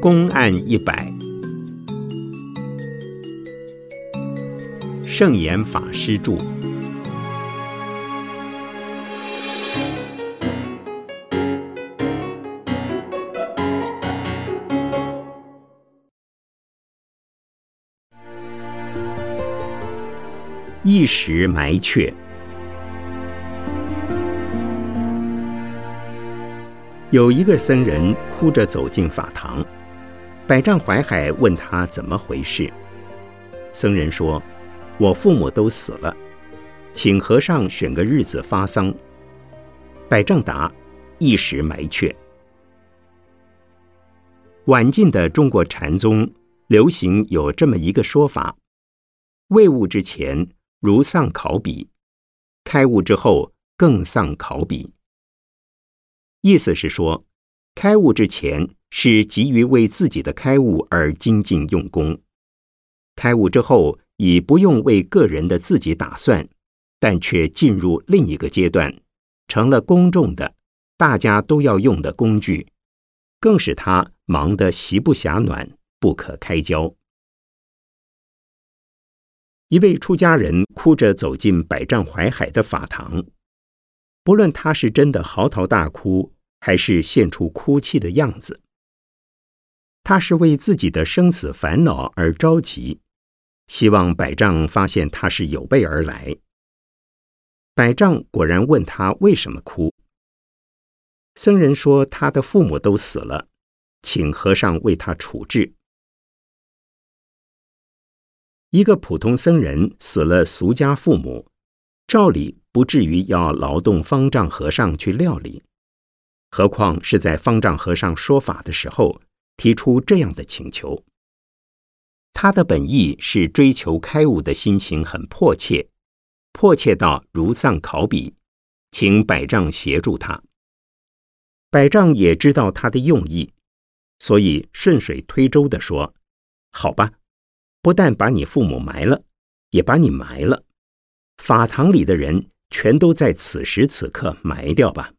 公案100，圣严法师著。一时埋却。有一个僧人哭着走进法堂，百丈怀海问他怎么回事。僧人说：“我父母都死了，请和尚选个日子发丧。”百丈答：“一时埋却。”晚近的中国禅宗流行有这么一个说法：未悟之前如丧考妣，开悟之后更丧考妣。意思是说，开悟之前是急于为自己的开悟而精进用功，开悟之后已不用为个人的自己打算，但却进入另一个阶段，成了公众的、大家都要用的工具，更使他忙得席不暇暖，不可开交。一位出家人哭着走进百丈怀海的法堂，不论他是真的嚎啕大哭，还是现出哭泣的样子，他是为自己的生死烦恼而着急，希望百丈发现他是有备而来。百丈果然问他为什么哭。僧人说他的父母都死了，请和尚为他处置。一个普通僧人死了俗家父母，照理不至于要劳动方丈和尚去料理，何况是在方丈和尚说法的时候提出这样的请求。他的本意是追求开悟的心情很迫切，迫切到如丧考妣，请百丈协助他。百丈也知道他的用意，所以顺水推舟地说：“好吧，不但把你父母埋了，也把你埋了。法堂里的人全都在此时此刻埋掉吧。”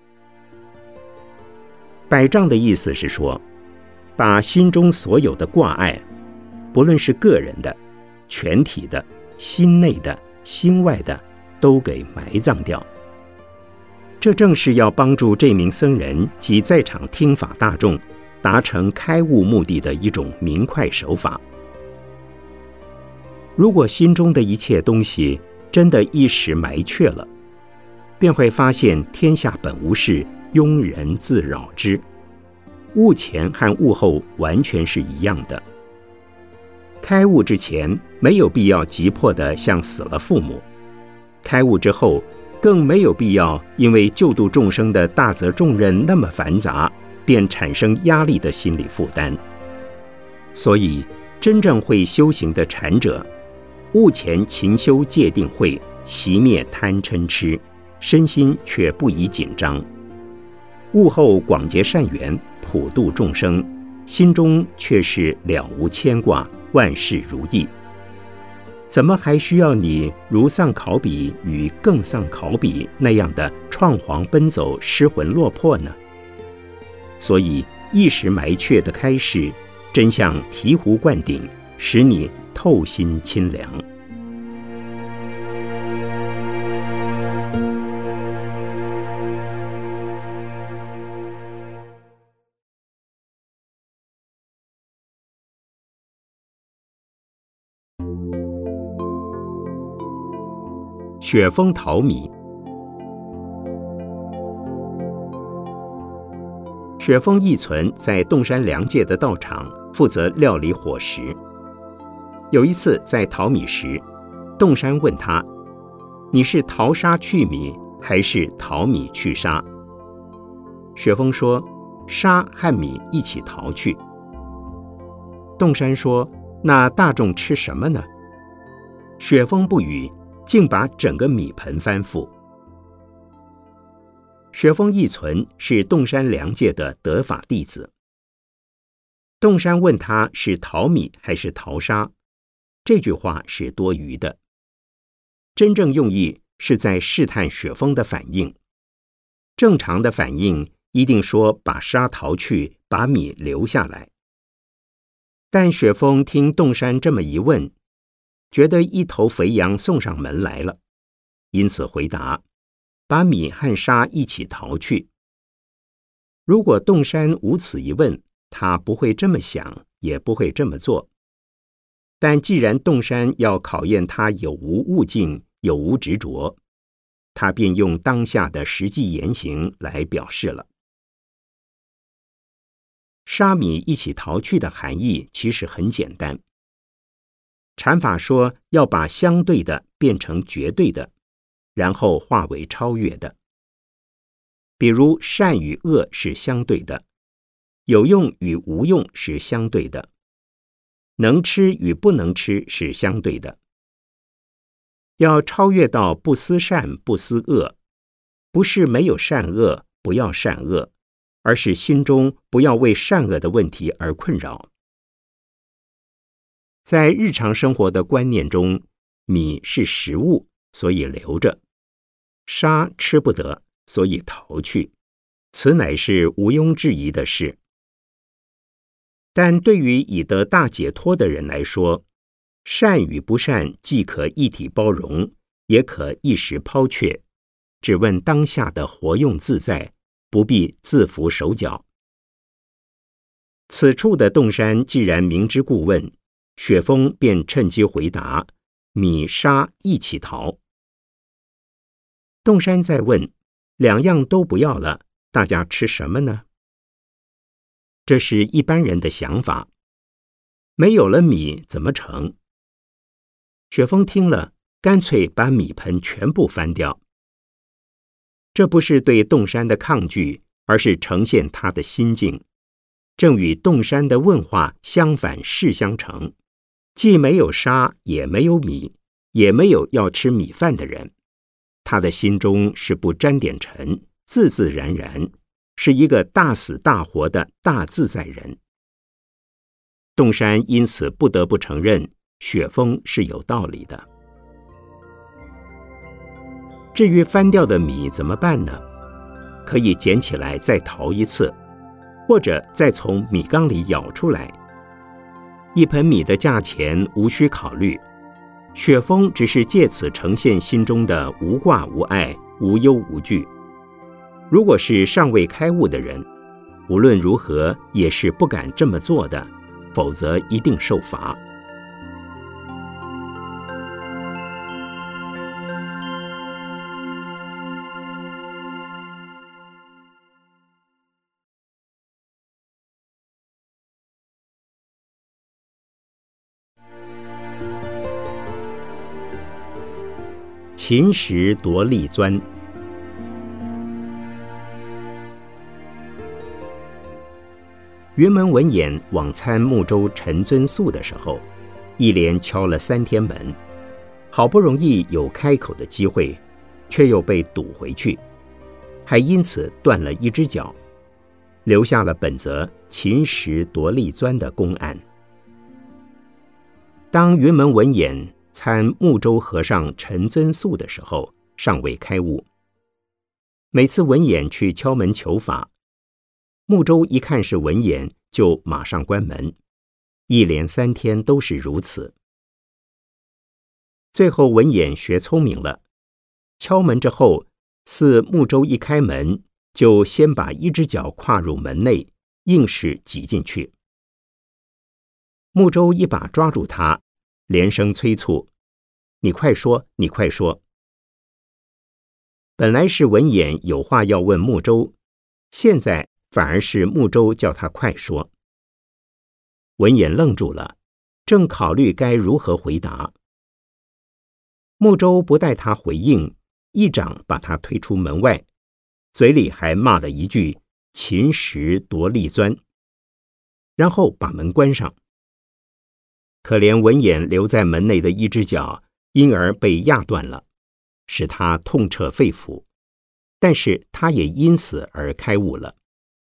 百丈的意思是说，把心中所有的挂碍，不论是个人的、全体的、心内的、心外的，都给埋葬掉。这正是要帮助这名僧人及在场听法大众达成开悟目的的一种明快手法。如果心中的一切东西真的一时埋却了，便会发现天下本无事，庸人自扰之。悟前和悟后完全是一样的。开悟之前没有必要急迫地像死了父母，开悟之后更没有必要因为救度众生的大责重任那么繁杂，便产生压力的心理负担。所以真正会修行的禅者，悟前勤修戒定慧，熄灭贪嗔痴，身心却不宜紧张；悟后广结善缘，普度众生，心中却是了无牵挂，万事如意。怎么还需要你如丧考妣与更丧考妣那样的创惶奔走，失魂落魄呢？所以一时埋却的开示，真像醍醐灌顶，使你透心清凉。雪峰淘米。雪峰义存在洞山良介的道场负责料理伙食。有一次在淘米时，洞山问他：“你是淘沙去米，还是淘米去沙？”雪峰说：“沙和米一起淘去。”洞山说：“那大众吃什么呢？”雪峰不语，竟把整个米盆翻覆。雪峰义存是洞山良介的得法弟子。洞山问他是淘米还是淘沙，这句话是多余的。真正用意是在试探雪峰的反应。正常的反应一定说把沙淘去，把米留下来， 但雪峰听洞山这么一问，觉得一头肥羊送上门来了，因此回答，把米和沙一起淘去。如果洞山无此一问，他不会这么想，也不会这么做。但既然洞山要考验他有无悟净，有无执着，他便用当下的实际言行来表示了。沙米一起淘去的含义其实很简单。禅法说要把相对的变成绝对的，然后化为超越的。比如善与恶是相对的，有用与无用是相对的，能吃与不能吃是相对的。要超越到不思善不思恶，不是没有善恶，不要善恶，而是心中不要为善恶的问题而困扰。在日常生活的观念中，米是食物，所以留着；沙吃不得，所以淘去，此乃是毋庸置疑的事。但对于已得大解脱的人来说，善与不善既可一体包容，也可一时抛却，只问当下的活用自在，不必自缚手脚。此处的洞山既然明知故问，雪峰便趁机回答：米沙一起淘。洞山再问：两样都不要了，大家吃什么呢？这是一般人的想法，没有了米怎么成？雪峰听了，干脆把米盆全部翻掉。这不是对洞山的抗拒，而是呈现他的心境，正与洞山的问话相反是相成，既没有沙，也没有米，也没有要吃米饭的人，他的心中是不沾点尘，自自然然，是一个大死大活的大自在人。洞山因此不得不承认雪峰是有道理的。至于翻掉的米怎么办呢？可以捡起来再淘一次，或者再从米缸里舀出来。一盆米的价钱无需考虑，雪峰只是借此呈现心中的无挂无碍，无忧无惧。如果是尚未开悟的人，无论如何也是不敢这么做的，否则一定受罚。秦时夺利钻。云门文偃往参睦州陈尊宿的时候，一连敲了3天门，好不容易有开口的机会，却又被堵回去，还因此断了一只脚，留下了本则秦时夺利钻的公案。当云门文偃参睦州和尚陈尊宿的时候，尚未开悟。每次文偃去敲门求法，睦州一看是文偃，就马上关门，一连3天都是如此。最后文偃学聪明了，敲门之后，似睦州一开门，就先把一只脚跨入门内，硬是挤进去。睦州一把抓住他，连声催促：“你快说，你快说！”本来是文偃有话要问睦州，现在反而是睦州叫他快说。文偃愣住了，正考虑该如何回答。睦州不待他回应，一掌把他推出门外，嘴里还骂了一句“秦时夺利钻”，然后把门关上。可怜文偃留在门内的一只脚，因而被压断了，使他痛彻肺腑，但是他也因此而开悟了。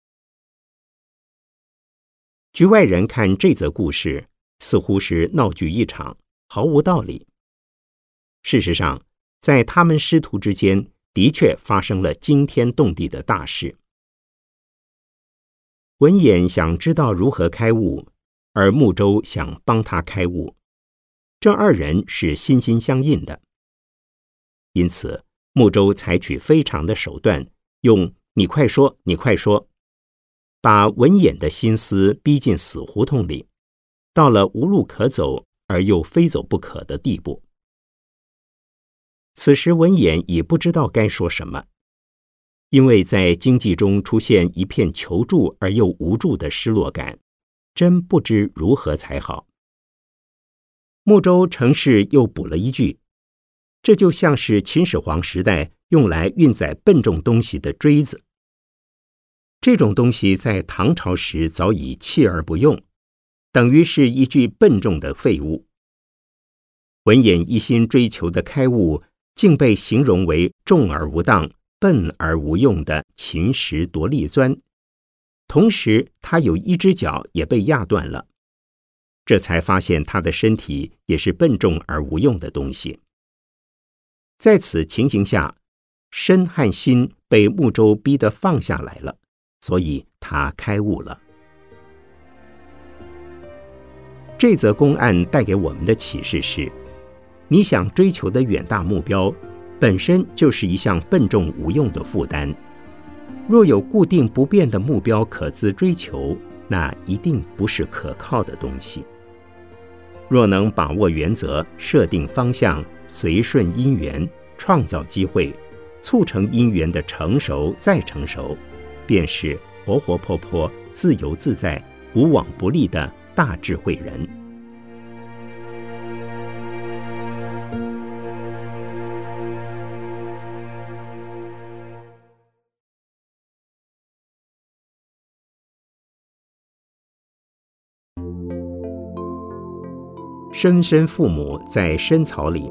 局外人看这则故事，似乎是闹剧一场，毫无道理。事实上，在他们师徒之间，的确发生了惊天动地的大事。文偃想知道如何开悟， 而木舟想帮他开悟，这二人是心心相印的。因此，木舟采取非常的手段，用“你快说，你快说”，把文衍的心思逼进死胡同里，到了无路可走而又非走不可的地步。此时文衍已不知道该说什么，因为在经济中出现一片求助而又无助的失落感，真不知如何才好。木舟程氏又补了一句，这就像是秦始皇时代用来运载笨重东西的锥子。这种东西在唐朝时早已弃而不用，等于是一具笨重的废物。文衍一心追求的开悟，竟被形容为重而无当、笨而无用的秦时夺利钻，同时他有一只脚也被压断了，这才发现他的身体也是笨重而无用的东西。在此情形下，身和心被木舟逼得放下来了，所以他开悟了。这则公案带给我们的启示是，你想追求的远大目标本身就是一项笨重无用的负担。若有固定不变的目标可自追求，那一定不是可靠的东西。若能把握原则，设定方向，随顺因缘，创造机会，促成因缘的成熟再成熟，便是活活泼泼、自由自在、无往不利的大智慧人。生身父母在深草里。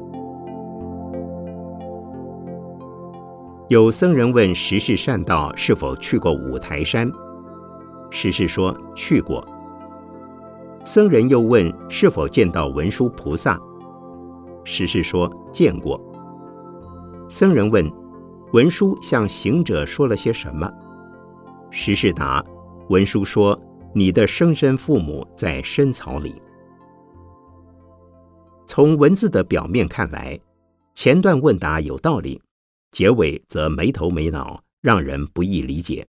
有僧人问十世善道是否去过五台山，十世说去过。僧人又问是否见到文殊菩萨，十世说见过。僧人问文殊向行者说了些什么，十世答文殊说你的生身父母在深草里。从文字的表面看来，前段问答有道理，结尾则没头没脑，让人不易理解。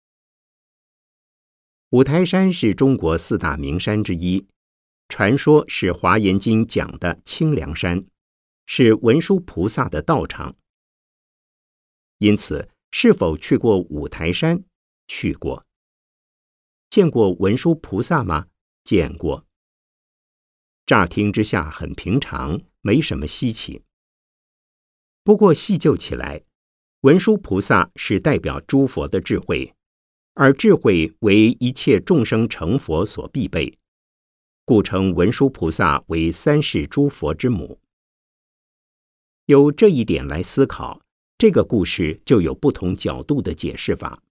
五台山是中国四大名山之一，传说是《华严经》讲的清凉山，是文殊菩萨的道场。因此，是否去过五台山？去过。见过文殊菩萨吗？见过。乍听之下很平常，没什么稀奇。不过细究起来，文殊菩萨是代表诸佛的智慧，而智慧为一切众生成佛所必备，故称文殊菩萨为三世诸佛之母。由这一点来思考，这个故事就有不同角度的解释法。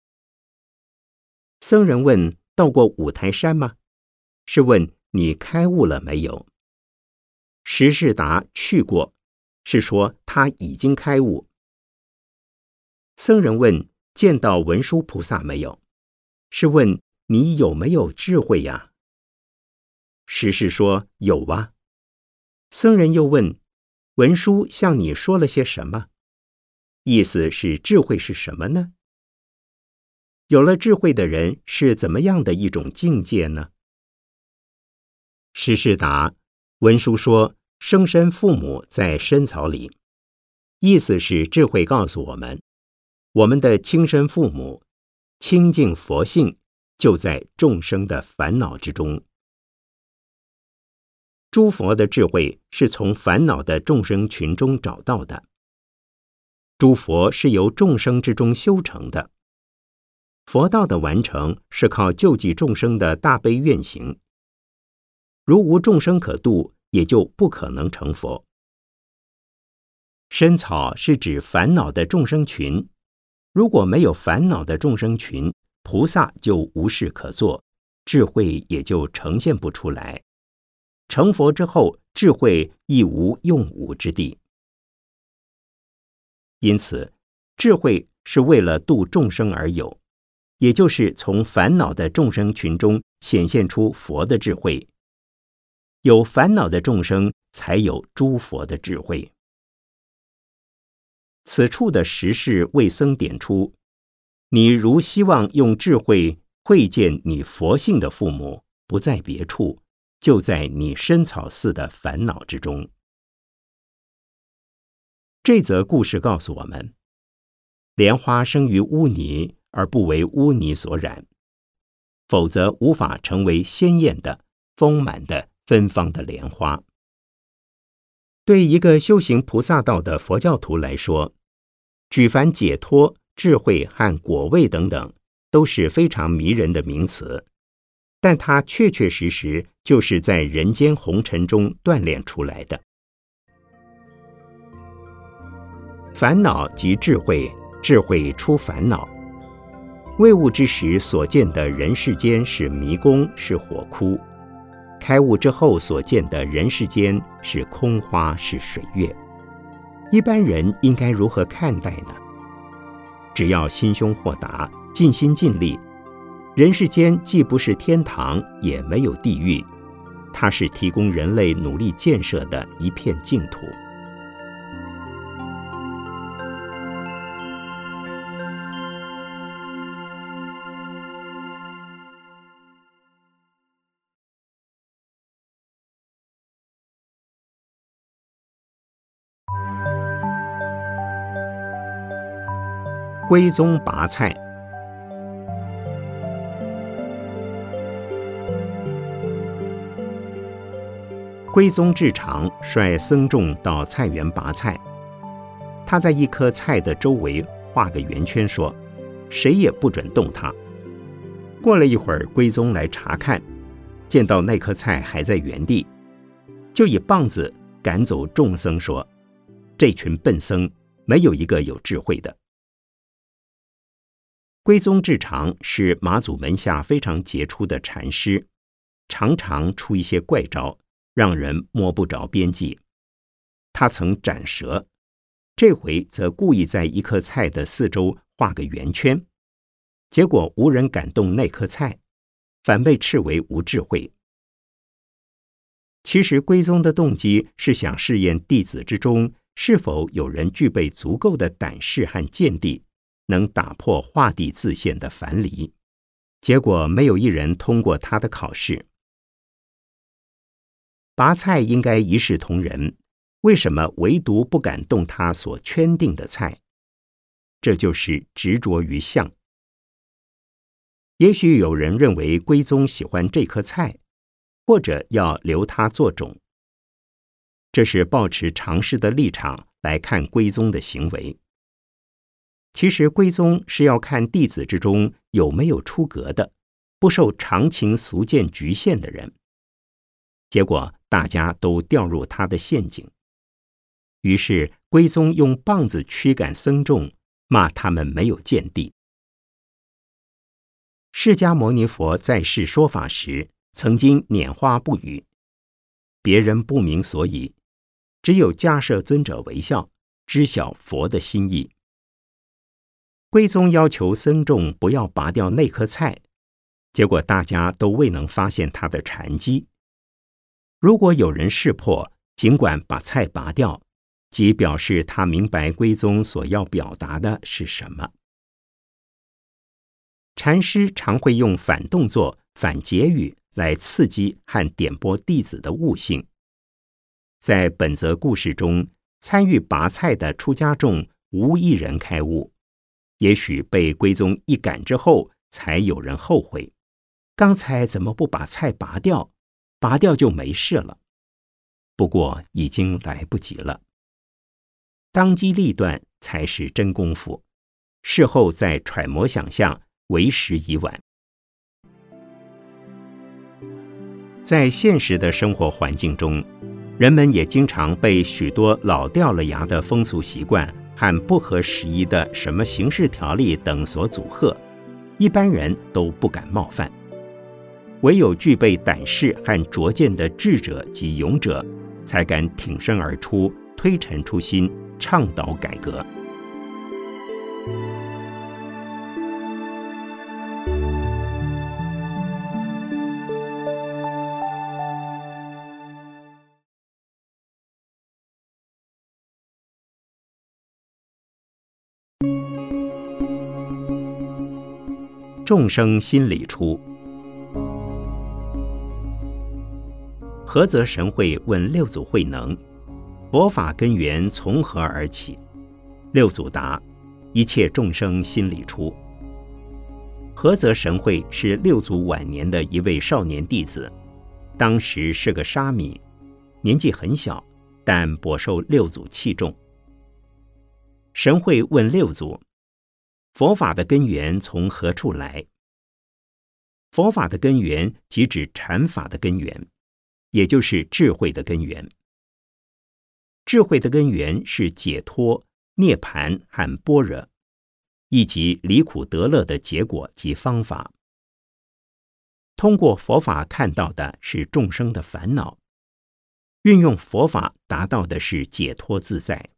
僧人问到过五台山吗？是问你开悟了没有？十世答去过，是说他已经开悟。僧人问见到文殊菩萨没有？是问你有没有智慧呀？十世说有啊。僧人又问文殊向你说了些什么？意思是智慧是什么呢？有了智慧的人是怎么样的一种境界呢？十世答文殊说生身父母在深草里，意思是智慧告诉我们，我们的亲生父母清净佛性就在众生的烦恼之中。诸佛的智慧是从烦恼的众生群中找到的，诸佛是由众生之中修成的，佛道的完成是靠救济众生的大悲愿行。如无众生可度，也就不可能成佛。深草是指烦恼的众生群，如果没有烦恼的众生群，菩萨就无事可做，智慧也就呈现不出来。成佛之后，智慧亦无用武之地。因此，智慧是为了度众生而有，也就是从烦恼的众生群中显现出佛的智慧。有烦恼的众生才有诸佛的智慧。此处的实事为僧点出，你如希望用智慧会见你佛性的父母，不在别处，就在你深草寺的烦恼之中。这则故事告诉我们，莲花生于污泥，而不为污泥所染，否则无法成为鲜艳的、丰满的、芬芳的莲花。对一个修行菩萨道的佛教徒来说，举凡解脱、智慧和果位等等，都是非常迷人的名词，但它确确实实就是在人间红尘中锻炼出来的。烦恼即智慧，智慧出烦恼。未悟之时所见的人世间是迷宫，是火窟；开悟之后所见的人世间是空花，是水月。一般人应该如何看待呢？只要心胸豁达，尽心尽力，人世间既不是天堂，也没有地狱，它是提供人类努力建设的一片净土。归宗拔菜。归宗智常率僧众到菜园拔菜，他在一棵菜的周围画个圆圈，说：“谁也不准动它。”过了一会儿，归宗来查看，见到那棵菜还在原地，就以棒子赶走众僧，说：“这群笨僧，没有一个有智慧的。”归宗智常是马祖门下非常杰出的禅师，常常出一些怪招，让人摸不着边际。他曾斩蛇，这回则故意在一棵菜的四周画个圆圈，结果无人敢动那棵菜，反被斥为无智慧。其实归宗的动机是想试验弟子之中是否有人具备足够的胆识和见地，能打破画地自限的樊篱，结果没有一人通过他的考试。拔菜应该一视同仁，为什么唯独不敢动他所圈定的菜？这就是执着于相。也许有人认为归宗喜欢这棵菜，或者要留它做种，这是抱持常识的立场来看归宗的行为。其实归宗是要看弟子之中有没有出格的，不受常情俗见局限的人。结果大家都掉入他的陷阱，于是归宗用棒子驱赶僧众，骂他们没有见地。释迦牟尼佛在世说法时，曾经拈花不语，别人不明所以，只有迦摄尊者微笑，知晓佛的心意。归宗要求僧众不要拔掉那棵菜，结果大家都未能发现他的禅机。如果有人识破，尽管把菜拔掉，即表示他明白归宗所要表达的是什么。禅师常会用反动作、反结语来刺激和点拨弟子的悟性。在本则故事中，参与拔菜的出家众无一人开悟，也许被归宗一赶之后，才有人后悔，刚才怎么不把菜拔掉？拔掉就没事了。不过已经来不及了，当机立断才是真功夫，事后再揣摩想象，为时已晚。在现实的生活环境中，人们也经常被许多老掉了牙的风俗习惯和不合时宜的什么刑事条例等所阻吓，一般人都不敢冒犯。唯有具备胆识和拙见的智者及勇者，才敢挺身而出，推陈出新，倡导改革。 众生心里出。菏泽神会问六祖慧能：佛法根源从何而起？六祖答：一切众生心里出。菏泽神会是六祖晚年的一位少年弟子，当时是个沙弥，年纪很小，但颇受六祖器重。神会问六祖：佛法的根源从何处来？佛法的根源即指禅法的根源，也就是智慧的根源。智慧的根源是解脱、涅槃和般若，以及离苦得乐的结果及方法。通过佛法看到的是众生的烦恼，运用佛法达到的是解脱自在。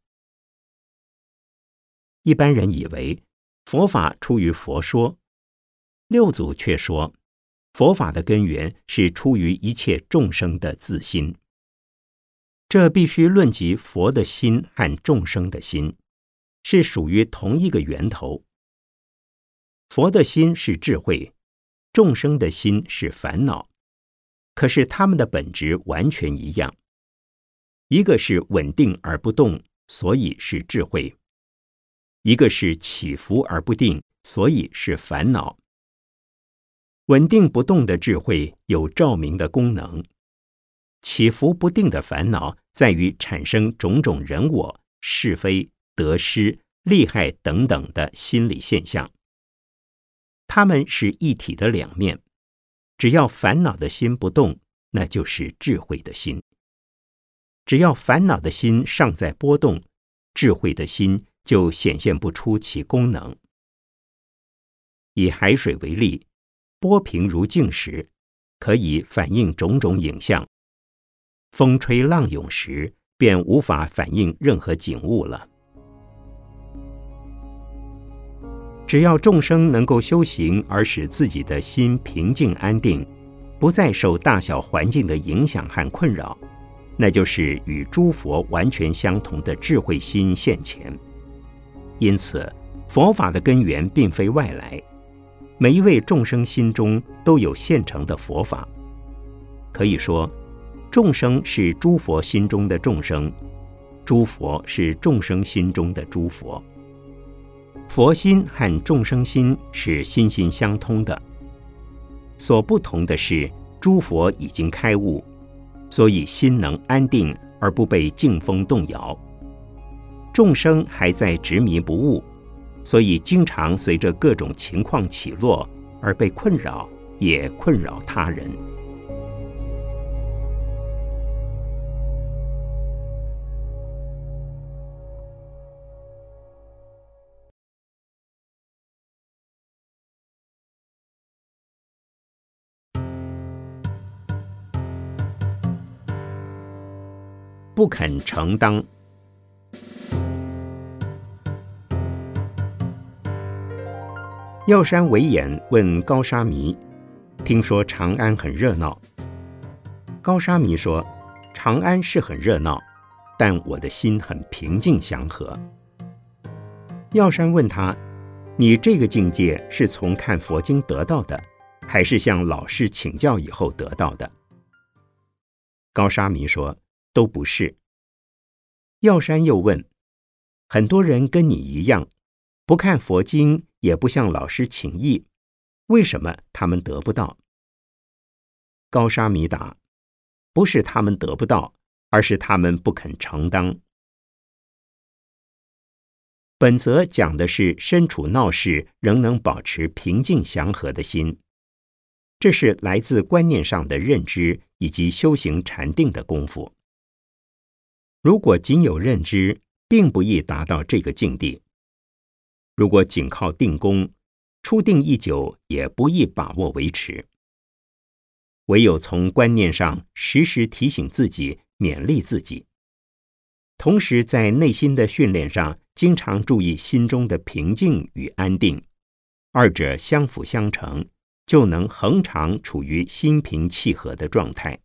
一般人以为佛法出于佛说，六祖却说，佛法的根源是出于一切众生的自心。这必须论及佛的心和众生的心，是属于同一个源头。佛的心是智慧，众生的心是烦恼，可是他们的本质完全一样。一个是稳定而不动，所以是智慧；一个是起伏而不定，所以是烦恼。稳定不动的智慧有照明的功能，起伏不定的烦恼在于产生种种人我、是非、得失、利害等等的心理现象。它们是一体的两面，只要烦恼的心不动，那就是智慧的心；只要烦恼的心尚在波动，智慧的心就显现不出其功能。以海水为例，波平如镜时，可以反映种种影像；风吹浪涌时，便无法反映任何景物了。只要众生能够修行而使自己的心平静安定，不再受大小环境的影响和困扰，那就是与诸佛完全相同的智慧心现前。因此，佛法的根源并非外来，每一位众生心中都有现成的佛法。可以说，众生是诸佛心中的众生，诸佛是众生心中的诸佛。佛心和众生心是心心相通的，所不同的是，诸佛已经开悟，所以心能安定而不被境风动摇；众生还在执迷不悟，所以经常随着各种情况起落而被困扰，也困扰他人。不肯承当。药山惟演问高沙弥：听说长安很热闹。高沙弥说：长安是很热闹，但我的心很平静祥和。药山问他：你这个境界是从看佛经得到的，还是向老师请教以后得到的？高沙弥说：都不是。药山又问：很多人跟你一样，不看佛经，也不向老师请益，为什么他们得不到？高沙弥答：不是他们得不到，而是他们不肯承当。本则讲的是身处闹市仍能保持平静祥和的心，这是来自观念上的认知以及修行禅定的功夫。如果仅有认知，并不易达到这个境地；如果仅靠定功，初定一久也不易把握维持。唯有从观念上时时提醒自己，勉励自己，同时在内心的训练上经常注意心中的平静与安定，二者相辅相成，就能恒常处于心平气和的状态。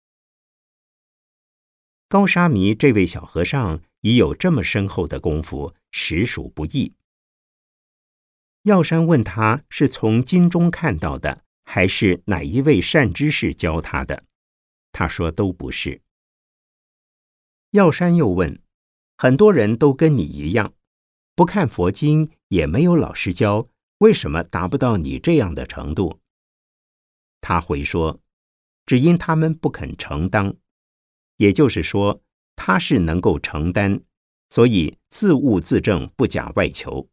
高沙弥这位小和尚已有这么深厚的功夫，实属不易。 药山问他是从经中看到的，还是哪一位善知识教他的？他说都不是。药山又问，很多人都跟你一样，不看佛经，也没有老师教，为什么达不到你这样的程度？他回说，只因他们不肯承当，也就是说，他是能够承担，所以自悟自证，不假外求。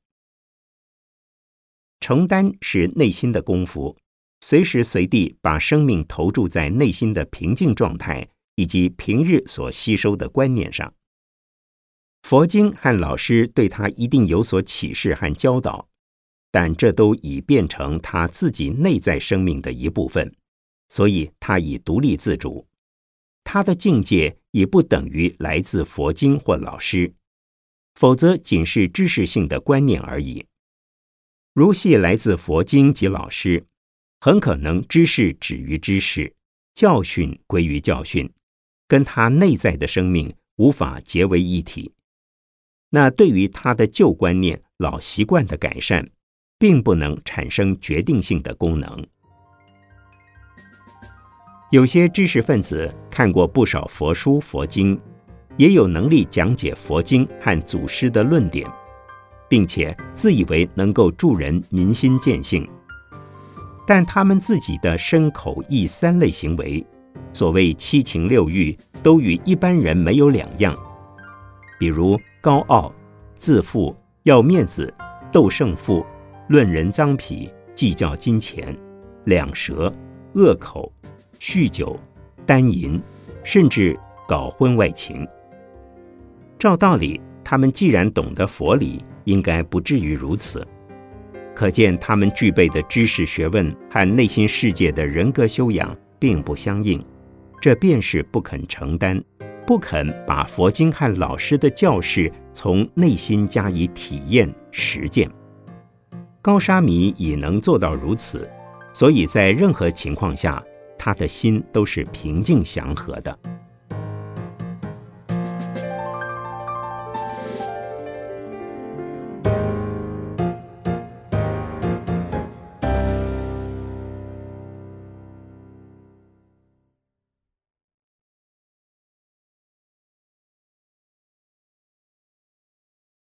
承担是内心的功夫，随时随地把生命投注在内心的平静状态，以及平日所吸收的观念上。佛经和老师对他一定有所启示和教导，但这都已变成他自己内在生命的一部分，所以他已独立自主。他的境界已不等于来自佛经或老师，否则仅是知识性的观念而已。如系来自佛经及老师，很可能知识止于知识，教训归于教训，跟他内在的生命无法结为一体。那对于他的旧观念、老习惯的改善，并不能产生决定性的功能。有些知识分子看过不少佛书、佛经，也有能力讲解佛经和祖师的论点，并且自以为能够助人民心见性，但他们自己的身口意三类行为，所谓七情六欲，都与一般人没有两样。比如高傲、自负、要面子、斗胜负、论人脏癖、计较金钱、两舌、恶口、酗酒、耽淫，甚至搞婚外情。照道理，他们既然懂得佛理，应该不至于如此。可见他们具备的知识学问和内心世界的人格修养并不相应，这便是不肯承担，不肯把佛经和老师的教示从内心加以体验实践。高沙弥已能做到如此，所以在任何情况下，他的心都是平静祥和的。